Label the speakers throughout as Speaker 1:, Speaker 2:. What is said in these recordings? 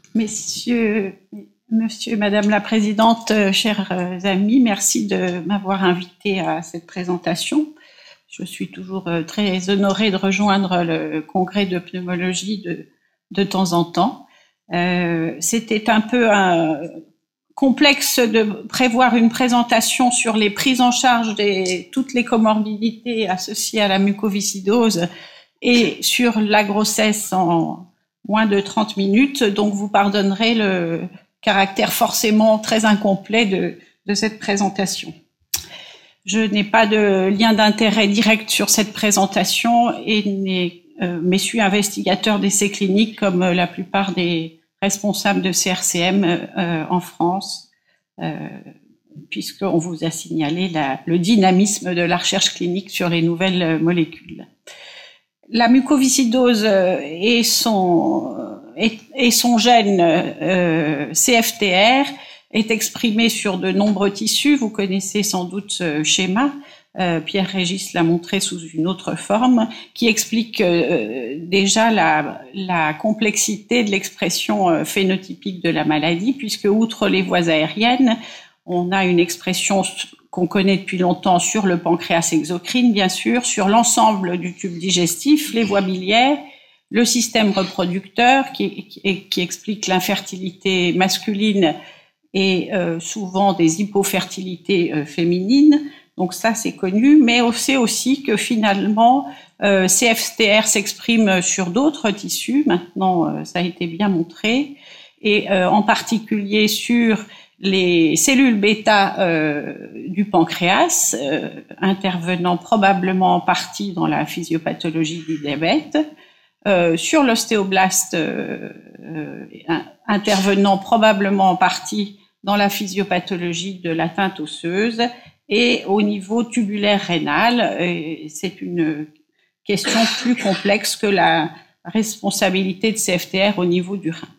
Speaker 1: Monsieur, Madame la Présidente, chers amis, merci de m'avoir invité à cette présentation. Je suis toujours très honorée de rejoindre le congrès de pneumologie de temps en temps. C'était un peu complexe de prévoir une présentation sur les prises en charge de toutes les comorbidités associées à la mucoviscidose et sur la grossesse en moins de 30 minutes. Donc, vous pardonnerez le caractère forcément très incomplet de cette présentation. Je n'ai pas de lien d'intérêt direct sur cette présentation et mais suis investigateur d'essais cliniques comme la plupart des responsables de CRCM en France, puisqu'on vous a signalé le dynamisme de la recherche clinique sur les nouvelles molécules. La mucoviscidose et son gène CFTR est exprimé sur de nombreux tissus. Vous connaissez sans doute ce schéma. Pierre-Régis l'a montré sous une autre forme, qui explique déjà la complexité de l'expression phénotypique de la maladie, puisque outre les voies aériennes, on a une expression qu'on connaît depuis longtemps sur le pancréas exocrine, bien sûr, sur l'ensemble du tube digestif, les voies biliaires, le système reproducteur qui explique l'infertilité masculine et souvent des hypofertilités féminines. Donc ça, c'est connu, mais on sait aussi que finalement, CFTR s'exprime sur d'autres tissus. Maintenant, ça a été bien montré, et en particulier sur les cellules bêta du pancréas, intervenant probablement en partie dans la physiopathologie du diabète, sur l'ostéoblaste, intervenant probablement en partie dans la physiopathologie de l'atteinte osseuse, et au niveau tubulaire rénal. C'est une question plus complexe que la responsabilité de CFTR au niveau du rein.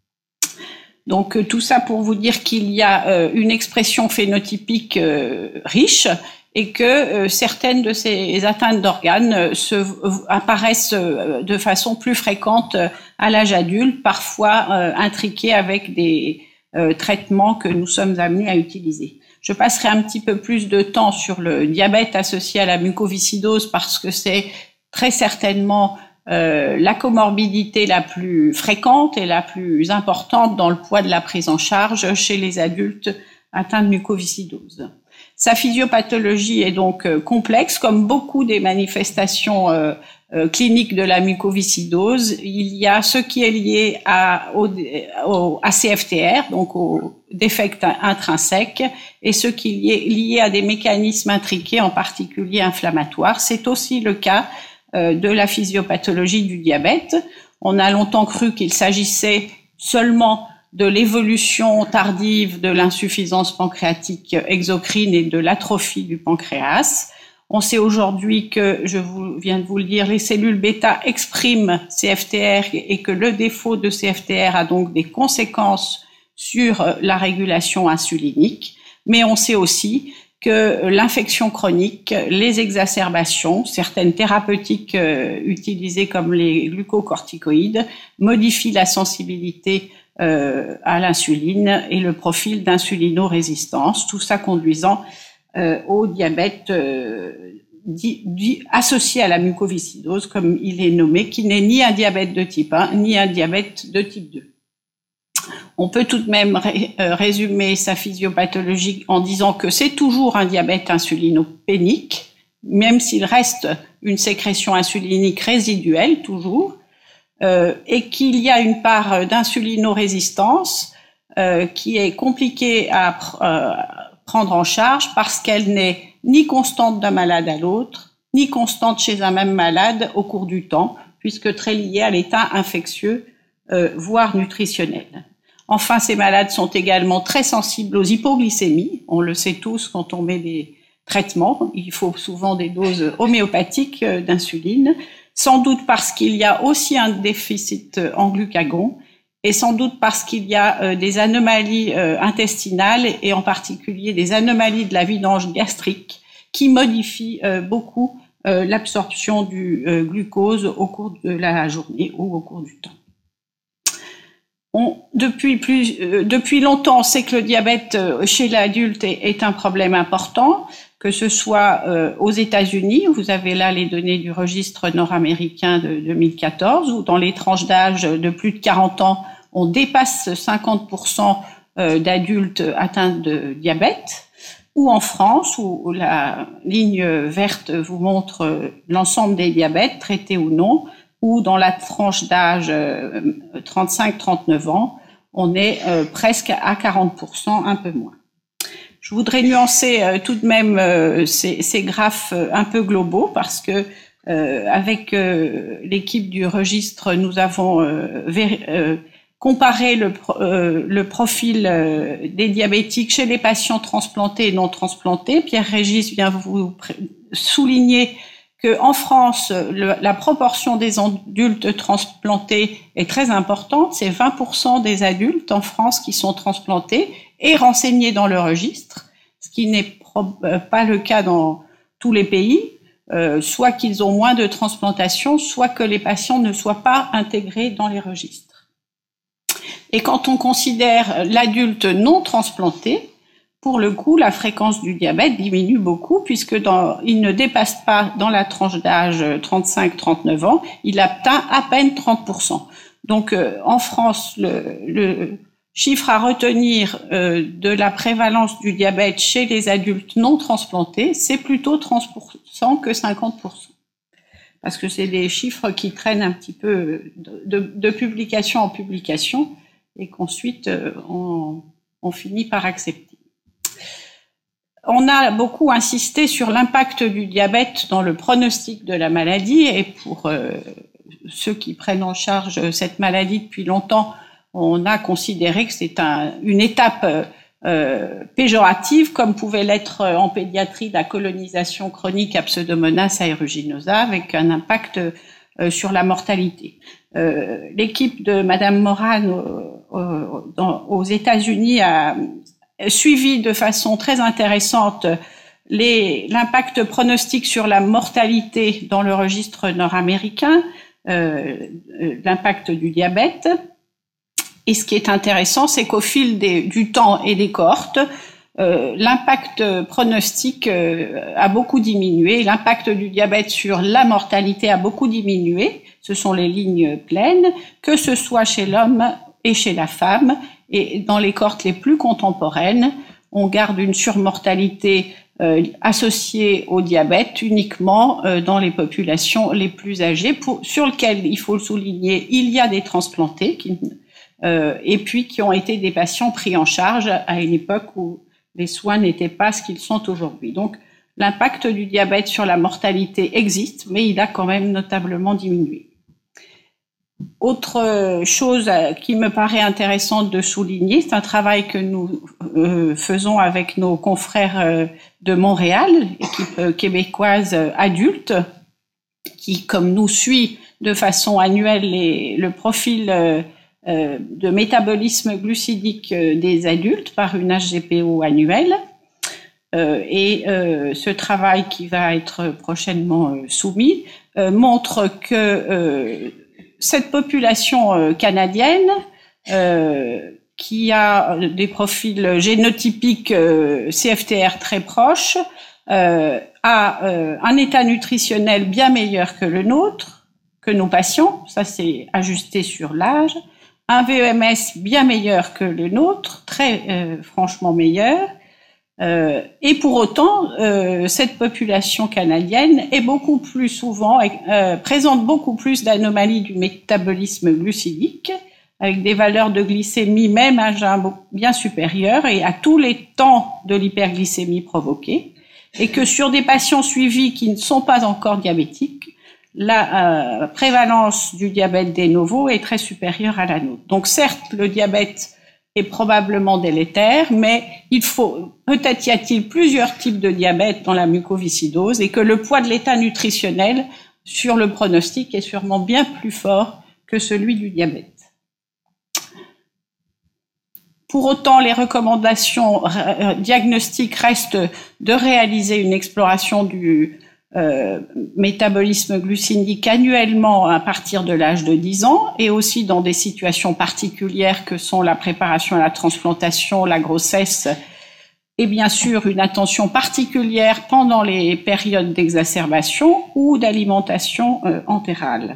Speaker 1: Donc tout ça pour vous dire qu'il y a une expression phénotypique riche, et que certaines de ces atteintes d'organes apparaissent de façon plus fréquente à l'âge adulte, parfois intriquées avec des traitements que nous sommes amenés à utiliser. Je passerai un petit peu plus de temps sur le diabète associé à la mucoviscidose, parce que c'est très certainement la comorbidité la plus fréquente et la plus importante dans le poids de la prise en charge chez les adultes atteints de mucoviscidose. Sa physiopathologie est donc complexe, comme beaucoup des manifestations cliniques de la mucoviscidose. Il y a ce qui est lié à CFTR, donc au défect intrinsèque, et ce qui est lié à des mécanismes intriqués, en particulier inflammatoires. C'est aussi le cas de la physiopathologie du diabète. On a longtemps cru qu'il s'agissait seulement de l'évolution tardive de l'insuffisance pancréatique exocrine et de l'atrophie du pancréas. On sait aujourd'hui que, je viens de vous le dire, les cellules bêta expriment CFTR, et que le défaut de CFTR a donc des conséquences sur la régulation insulinique. Mais on sait aussi que l'infection chronique, les exacerbations, certaines thérapeutiques utilisées comme les glucocorticoïdes, modifient la sensibilité à l'insuline et le profil d'insulinorésistance, tout ça conduisant au diabète associé à la mucoviscidose, comme il est nommé, qui n'est ni un diabète de type 1, ni un diabète de type 2. On peut tout de même résumer sa physiopathologie en disant que c'est toujours un diabète insulinopénique, même s'il reste une sécrétion insulinique résiduelle, toujours, et qu'il y a une part d'insulinorésistance qui est compliquée à prendre en charge, parce qu'elle n'est ni constante d'un malade à l'autre, ni constante chez un même malade au cours du temps, puisque très liée à l'état infectieux, voire nutritionnel. Enfin, ces malades sont également très sensibles aux hypoglycémies. On le sait tous, quand on met des traitements, il faut souvent des doses homéopathiques d'insuline, sans doute parce qu'il y a aussi un déficit en glucagon, et sans doute parce qu'il y a des anomalies intestinales, et en particulier des anomalies de la vidange gastrique, qui modifient beaucoup l'absorption du glucose au cours de la journée ou au cours du temps. Depuis longtemps, on sait que le diabète chez l'adulte est un problème important, que ce soit aux États-Unis, vous avez là les données du registre nord-américain de 2014, où dans les tranches d'âge de plus de 40 ans, on dépasse 50% d'adultes atteints de diabète, ou en France, où la ligne verte vous montre l'ensemble des diabètes, traités ou non, ou dans la tranche d'âge 35-39 ans, on est presque à 40%, un peu moins. Je voudrais nuancer tout de même ces graphes un peu globaux parce que avec l'équipe du registre, nous avons comparé le profil des diabétiques chez les patients transplantés et non transplantés. Pierre Régis vient vous souligner qu'en France, la proportion des adultes transplantés est très importante. C'est 20% des adultes en France qui sont transplantés et renseignés dans le registre, ce qui n'est pas le cas dans tous les pays, soit qu'ils ont moins de transplantations, soit que les patients ne soient pas intégrés dans les registres. Et quand on considère l'adulte non transplanté, pour le coup, la fréquence du diabète diminue beaucoup puisque il ne dépasse pas dans la tranche d'âge 35-39 ans, il atteint à peine 30%. Donc en France, le chiffre à retenir de la prévalence du diabète chez les adultes non transplantés, c'est plutôt 30% que 50%. Parce que c'est des chiffres qui traînent un petit peu de publication en publication et qu'ensuite on finit par accepter. On a beaucoup insisté sur l'impact du diabète dans le pronostic de la maladie et pour ceux qui prennent en charge cette maladie depuis longtemps, on a considéré que c'est une étape péjorative comme pouvait l'être en pédiatrie la colonisation chronique à Pseudomonas aeruginosa avec un impact sur la mortalité. L'équipe de Madame Moran aux États-Unis a suivi de façon très intéressante l'impact pronostic sur la mortalité dans le registre nord-américain, l'impact du diabète. Et ce qui est intéressant, c'est qu'au fil du temps et des cohortes, l'impact pronostic a beaucoup diminué, l'impact du diabète sur la mortalité a beaucoup diminué, ce sont les lignes pleines, que ce soit chez l'homme et chez la femme. Et dans les cohortes les plus contemporaines, on garde une surmortalité associée au diabète uniquement dans les populations les plus âgées, sur lesquelles, il faut le souligner, il y a des transplantés et puis qui ont été des patients pris en charge à une époque où les soins n'étaient pas ce qu'ils sont aujourd'hui. Donc l'impact du diabète sur la mortalité existe, mais il a quand même notablement diminué. Autre chose qui me paraît intéressante de souligner, c'est un travail que nous faisons avec nos confrères de Montréal, équipe québécoise adulte, qui, comme nous, suit de façon annuelle le profil de métabolisme glucidique des adultes par une HGPO annuelle. Ce travail qui va être prochainement soumis montre que cette population canadienne qui a des profils génotypiques CFTR très proches a un état nutritionnel bien meilleur que le nôtre, que nos patients, ça c'est ajusté sur l'âge, un VEMS bien meilleur que le nôtre, très franchement meilleur, et pour autant, cette population canadienne est beaucoup plus souvent, présente beaucoup plus d'anomalies du métabolisme glucidique, avec des valeurs de glycémie même à un bien supérieur et à tous les temps de l'hyperglycémie provoquée, et que sur des patients suivis qui ne sont pas encore diabétiques, la prévalence du diabète de novo est très supérieure à la nôtre. Donc certes, le diabète est probablement délétère, mais peut-être y a-t-il plusieurs types de diabète dans la mucoviscidose et que le poids de l'état nutritionnel sur le pronostic est sûrement bien plus fort que celui du diabète. Pour autant, les recommandations diagnostiques restent de réaliser une exploration du métabolisme glucidique annuellement à partir de l'âge de 10 ans et aussi dans des situations particulières que sont la préparation à la transplantation, la grossesse et bien sûr une attention particulière pendant les périodes d'exacerbation ou d'alimentation entérale.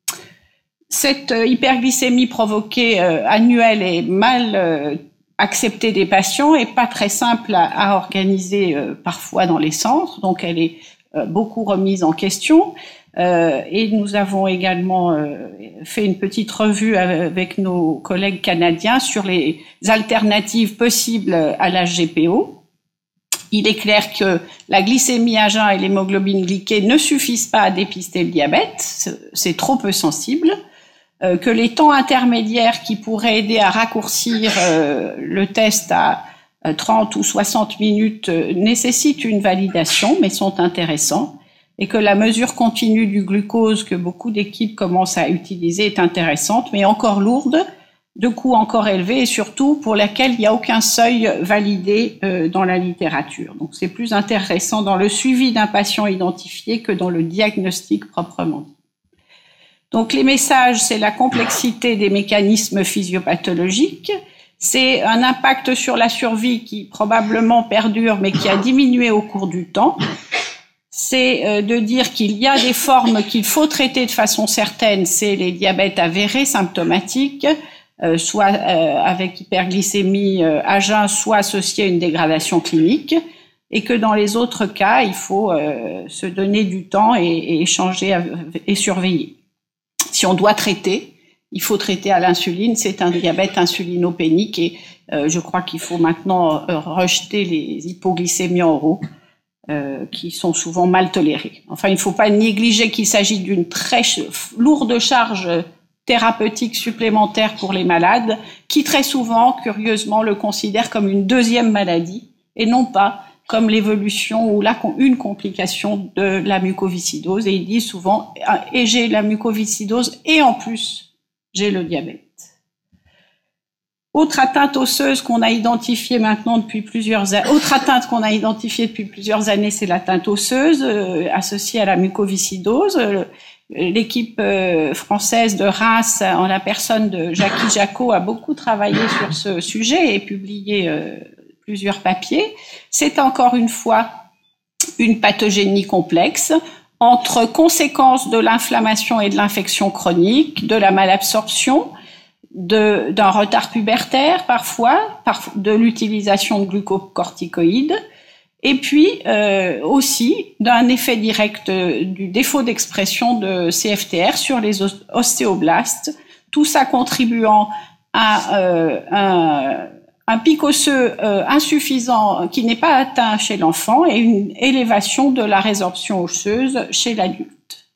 Speaker 1: Cette hyperglycémie provoquée annuelle est mal acceptée des patients et pas très simple à organiser parfois dans les centres, donc elle est beaucoup remise en question. Et nous avons également fait une petite revue avec nos collègues canadiens sur les alternatives possibles à la GPO. Il est clair que la glycémie à jeun et l'hémoglobine glyquée ne suffisent pas à dépister le diabète, c'est trop peu sensible, que les temps intermédiaires qui pourraient aider à raccourcir le test à 30 ou 60 minutes nécessitent une validation, mais sont intéressants, et que la mesure continue du glucose que beaucoup d'équipes commencent à utiliser est intéressante, mais encore lourde, de coûts encore élevés et surtout pour laquelle il n'y a aucun seuil validé dans la littérature. Donc c'est plus intéressant dans le suivi d'un patient identifié que dans le diagnostic proprement dit. Donc les messages, c'est la complexité des mécanismes physiopathologiques, c'est un impact sur la survie qui probablement perdure mais qui a diminué au cours du temps. C'est de dire qu'il y a des formes qu'il faut traiter de façon certaine, c'est les diabètes avérés, symptomatiques, soit avec hyperglycémie à jeun, soit associés à une dégradation clinique, et que dans les autres cas, il faut se donner du temps et échanger et surveiller. Si on doit traiter, il faut traiter à l'insuline, c'est un diabète insulinopénique et je crois qu'il faut maintenant rejeter les hypoglycémies oraux qui sont souvent mal tolérées. Enfin, il ne faut pas négliger qu'il s'agit d'une très lourde charge thérapeutique supplémentaire pour les malades qui très souvent, curieusement, le considèrent comme une deuxième maladie et non pas comme l'évolution ou une complication de la mucoviscidose. Et ils disent souvent « et j'ai la mucoviscidose et en plus j'ai le diabète ». Autre atteinte osseuse qu'on a identifiée maintenant depuis plusieurs années, c'est l'atteinte osseuse associée à la mucoviscidose. L'équipe française de Reims, en la personne de Jackie Jacot, a beaucoup travaillé sur ce sujet et publié plusieurs papiers. C'est encore une fois une pathogénie complexe entre conséquences de l'inflammation et de l'infection chronique, de la malabsorption, d'un retard pubertaire parfois, de l'utilisation de glucocorticoïdes, et puis aussi d'un effet direct du défaut d'expression de CFTR sur les ostéoblastes, tout ça contribuant à un pic osseux insuffisant qui n'est pas atteint chez l'enfant et une élévation de la résorption osseuse chez l'adulte.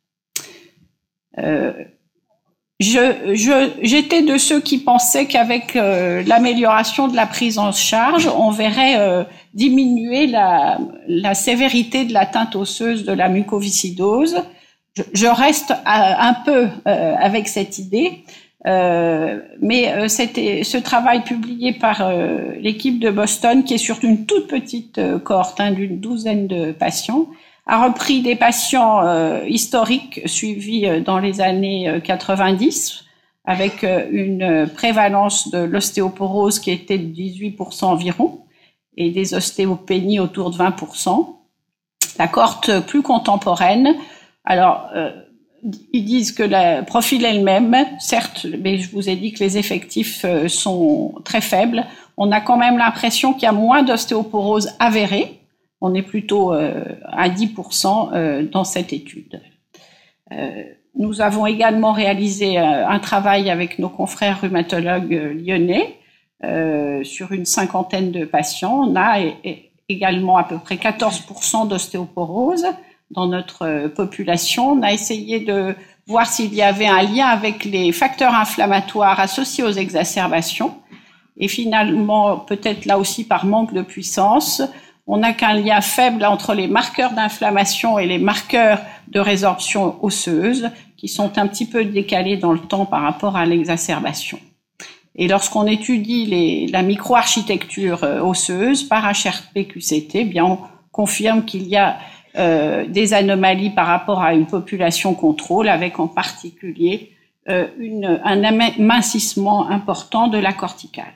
Speaker 1: J'étais de ceux qui pensaient qu'avec l'amélioration de la prise en charge, on verrait diminuer la sévérité de l'atteinte osseuse de la mucoviscidose. Je reste un peu avec cette idée, mais c'était ce travail publié par l'équipe de Boston, qui est sur une toute petite cohorte d'une douzaine de patients, a repris des patients historiques suivis dans les années 90 avec une prévalence de l'ostéoporose qui était de 18% environ et des ostéopénies autour de 20%. La cohorte plus contemporaine, alors ils disent que le profil est le même, certes, mais je vous ai dit que les effectifs sont très faibles. On a quand même l'impression qu'il y a moins d'ostéoporose avérée. On est plutôt à 10% dans cette étude. Nous avons également réalisé un travail avec nos confrères rhumatologues lyonnais sur une cinquantaine de patients. On a également à peu près 14% d'ostéoporose dans notre population. On a essayé de voir s'il y avait un lien avec les facteurs inflammatoires associés aux exacerbations. Et finalement, peut-être là aussi par manque de puissance, on n'a qu'un lien faible entre les marqueurs d'inflammation et les marqueurs de résorption osseuse qui sont un petit peu décalés dans le temps par rapport à l'exacerbation. Et lorsqu'on étudie la microarchitecture osseuse par HRP-QCT, bien on confirme qu'il y a des anomalies par rapport à une population contrôle, avec en particulier un amincissement important de la corticale.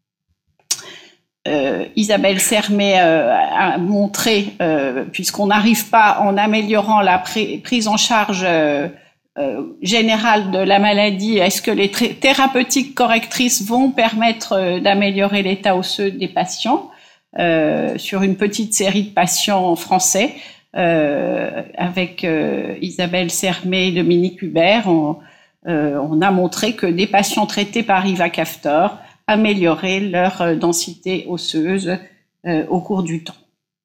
Speaker 1: Isabelle Sermet a montré, puisqu'on n'arrive pas en améliorant la prise en charge générale de la maladie, est-ce que les thérapeutiques correctrices vont permettre d'améliorer l'état osseux des patients sur une petite série de patients français avec Isabelle Sermet et Dominique Hubert, on a montré que des patients traités par ivacaftor amélioraient leur densité osseuse au cours du temps.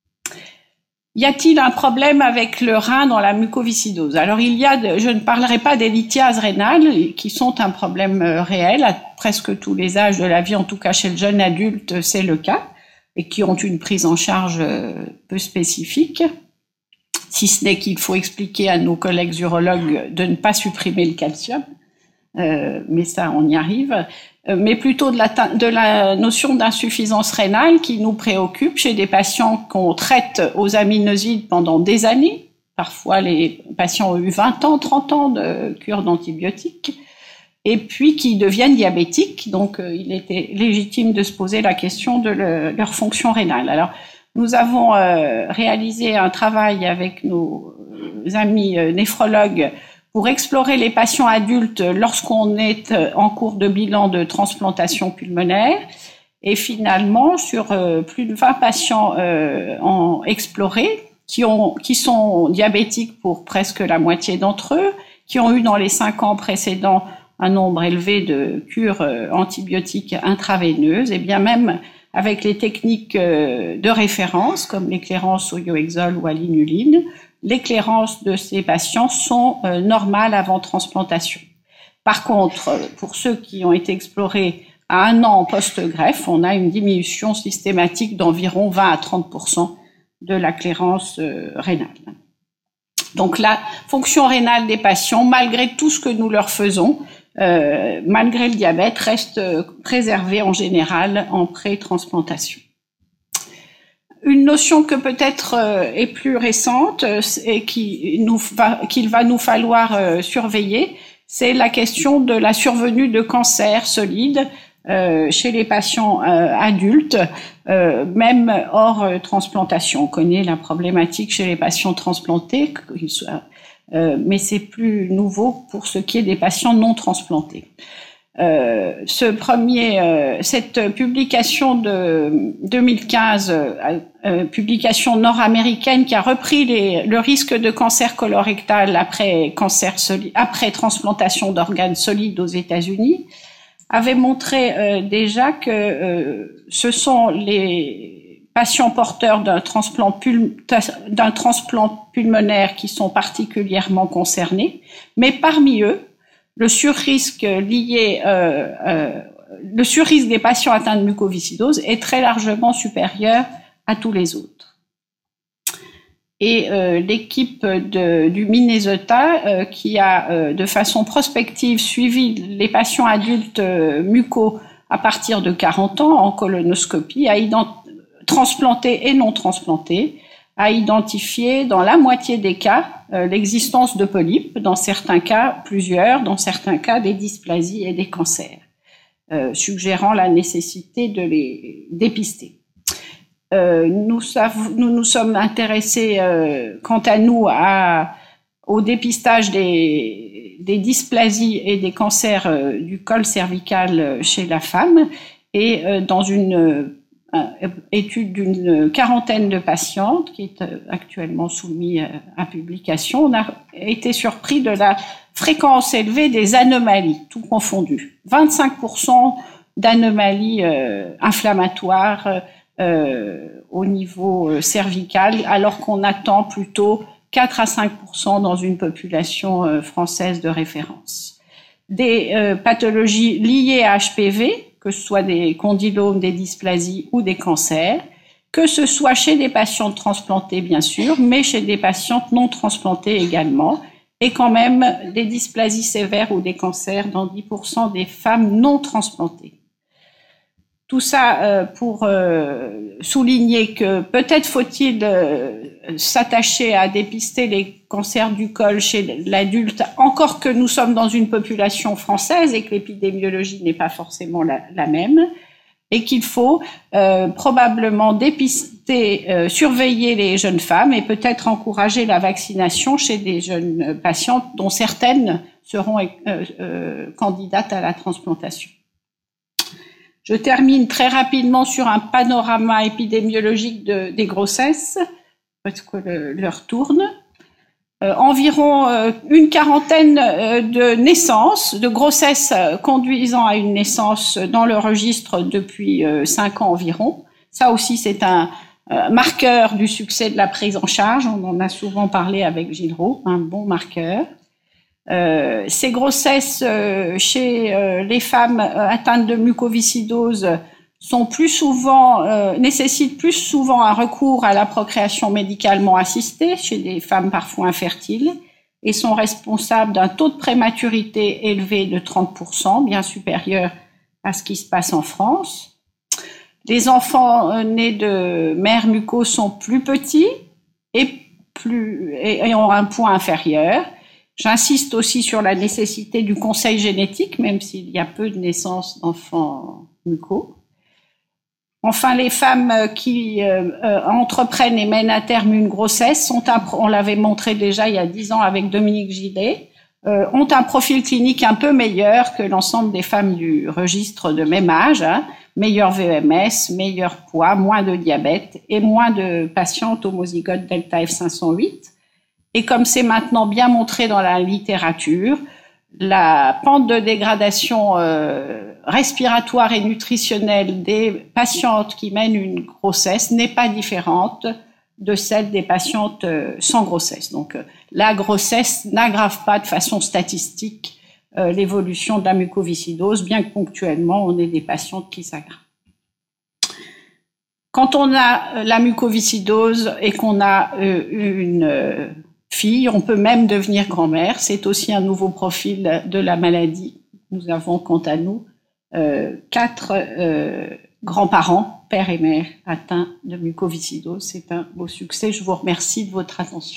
Speaker 1: Y a-t-il un problème avec le rein dans la mucoviscidose? Alors je ne parlerai pas des lithiases rénales qui sont un problème réel à presque tous les âges de la vie, en tout cas chez le jeune adulte, c'est le cas, et qui ont une prise en charge peu spécifique, si ce n'est qu'il faut expliquer à nos collègues urologues de ne pas supprimer le calcium, mais ça on y arrive. Mais plutôt de la notion d'insuffisance rénale qui nous préoccupe chez des patients qu'on traite aux aminosides pendant des années. Parfois, les patients ont eu 20 ans, 30 ans de cure d'antibiotiques, et puis qui deviennent diabétiques. Donc, il était légitime de se poser la question de leur fonction rénale. Alors, nous avons réalisé un travail avec nos amis néphrologues pour explorer les patients adultes lorsqu'on est en cours de bilan de transplantation pulmonaire. Et finalement, sur plus de 20 patients explorés, qui sont diabétiques pour presque la moitié d'entre eux, qui ont eu dans les 5 ans précédents un nombre élevé de cures antibiotiques intraveineuses, et bien même avec les techniques de référence, comme l'éclairance au Yoexol ou à l'inuline, l'éclairance de ces patients sont normales avant transplantation. Par contre, pour ceux qui ont été explorés à 1 an post-greffe, on a une diminution systématique d'environ 20 à 30% de la clairance rénale. Donc la fonction rénale des patients, malgré tout ce que nous leur faisons, malgré le diabète, reste préservée en général en pré-transplantation. Une notion que peut-être est plus récente et qu'il va nous falloir surveiller, c'est la question de la survenue de cancers solides chez les patients adultes, même hors transplantation. On connaît la problématique chez les patients transplantés, mais c'est plus nouveau pour ce qui est des patients non transplantés. Cette publication de 2015, publication nord-américaine qui a repris le risque de cancer colorectal après transplantation d'organes solides aux États-Unis, avait montré déjà que ce sont les patients porteurs d'un transplant pulmonaire qui sont particulièrement concernés, mais parmi eux, le surrisque des patients atteints de mucoviscidose est très largement supérieur à tous les autres. Et l'équipe du Minnesota, qui a de façon prospective suivi les patients adultes mucos à partir de 40 ans en colonoscopie, transplantés et non transplantés, a identifié dans la moitié des cas l'existence de polypes, dans certains cas plusieurs, dans certains cas des dysplasies et des cancers, suggérant la nécessité de les dépister. Nous nous sommes intéressés, quant à nous, au dépistage des dysplasies et des cancers du col cervical chez la femme, et dans une étude d'une quarantaine de patientes qui est actuellement soumise à publication, on a été surpris de la fréquence élevée des anomalies, tout confondu. 25% d'anomalies inflammatoires au niveau cervical, alors qu'on attend plutôt 4 à 5% dans une population française de référence. Des pathologies liées à HPV, que ce soit des condylomes, des dysplasies ou des cancers, que ce soit chez des patientes transplantées bien sûr, mais chez des patientes non transplantées également, et quand même des dysplasies sévères ou des cancers dans 10% des femmes non transplantées. Tout ça pour souligner que peut-être faut-il s'attacher à dépister les cancers du col chez l'adulte, encore que nous sommes dans une population française et que l'épidémiologie n'est pas forcément la même, et qu'il faut probablement dépister, surveiller les jeunes femmes et peut-être encourager la vaccination chez des jeunes patientes dont certaines seront candidates à la transplantation. Je termine très rapidement sur un panorama épidémiologique des grossesses, parce que l'heure tourne. Environ une quarantaine de naissances, de grossesses conduisant à une naissance dans le registre depuis 5 ans environ. Ça aussi, c'est un marqueur du succès de la prise en charge. On en a souvent parlé avec Gilles Roux, un bon marqueur. Ces grossesses chez les femmes atteintes de mucoviscidose sont plus souvent, nécessitent plus souvent un recours à la procréation médicalement assistée chez des femmes parfois infertiles et sont responsables d'un taux de prématurité élevé de 30%, bien supérieur à ce qui se passe en France. Les enfants nés de mères mucoses sont plus petits et ont un poids inférieur. J'insiste aussi sur la nécessité du conseil génétique, même s'il y a peu de naissances d'enfants mucos. Enfin, les femmes qui entreprennent et mènent à terme une grossesse on l'avait montré déjà il y a 10 ans avec Dominique Gillet, ont un profil clinique un peu meilleur que l'ensemble des femmes du registre de même âge, hein, meilleur VMS, meilleur poids, moins de diabète et moins de patientes homozygotes delta F508. Et comme c'est maintenant bien montré dans la littérature, la pente de dégradation respiratoire et nutritionnelle des patientes qui mènent une grossesse n'est pas différente de celle des patientes sans grossesse. Donc la grossesse n'aggrave pas de façon statistique l'évolution de la mucoviscidose, bien que ponctuellement on ait des patientes qui s'aggravent. Quand on a la mucoviscidose et qu'on a une fille, on peut même devenir grand-mère. C'est aussi un nouveau profil de la maladie. Nous avons, quant à nous, 4 grands-parents, père et mère, atteints de mucoviscidose. C'est un beau succès. Je vous remercie de votre attention.